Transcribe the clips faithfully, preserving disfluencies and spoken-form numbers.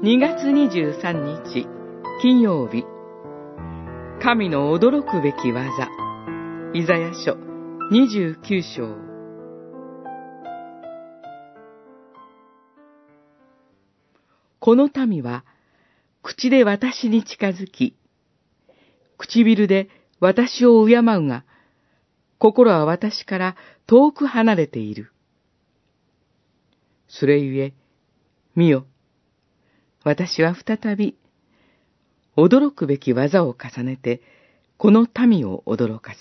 にがつにじゅうさんにち金曜日、神の驚くべき技、イザヤ書にじゅうきゅうしょう。この民は口で私に近づき、唇で私を敬うが、心は私から遠く離れている。それゆえ、見よ、私は再び、驚くべき技を重ねて、この民を驚かす。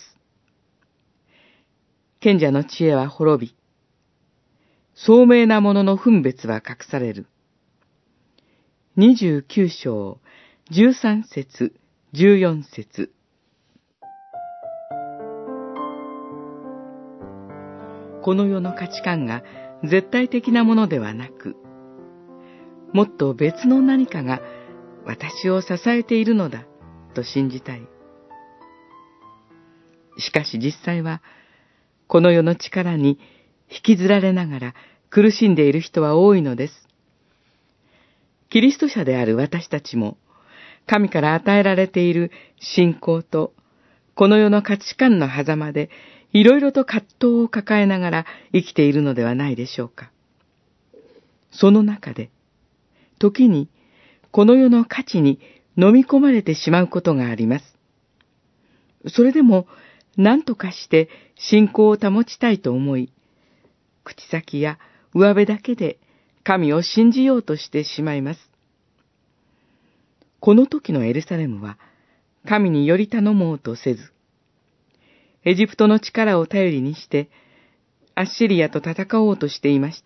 賢者の知恵は滅び、聡明な者の分別は隠される。にじゅうきゅうしょう、じゅうさんせつ、じゅうよんせつ。この世の価値観が絶対的なものではなく、もっと別の何かが私を支えているのだと信じたい。しかし実際は、この世の力に引きずられながら苦しんでいる人は多いのです。キリスト者である私たちも、神から与えられている信仰と、この世の価値観の狭間で、いろいろと葛藤を抱えながら生きているのではないでしょうか。その中で、時にこの世の価値に飲み込まれてしまうことがあります。それでも何とかして信仰を保ちたいと思い、口先や上辺だけで神を信じようとしてしまいます。この時のエルサレムは神により頼もうとせず、エジプトの力を頼りにして、アッシリアと戦おうとしていました。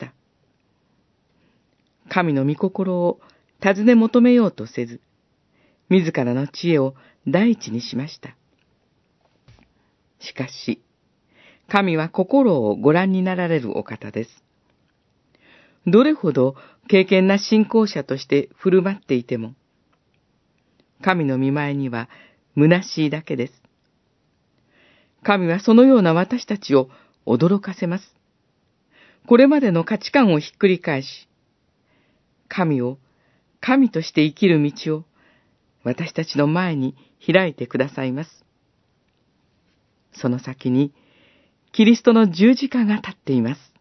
神の御心を尋ね求めようとせず、自らの知恵を第一にしました。しかし、神は心をご覧になられるお方です。どれほど敬虔な信仰者として振る舞っていても、神の御前には虚しいだけです。神はそのような私たちを驚かせます。これまでの価値観をひっくり返し、神を神として生きる道を私たちの前に開いてくださいます。その先にキリストの十字架が立っています。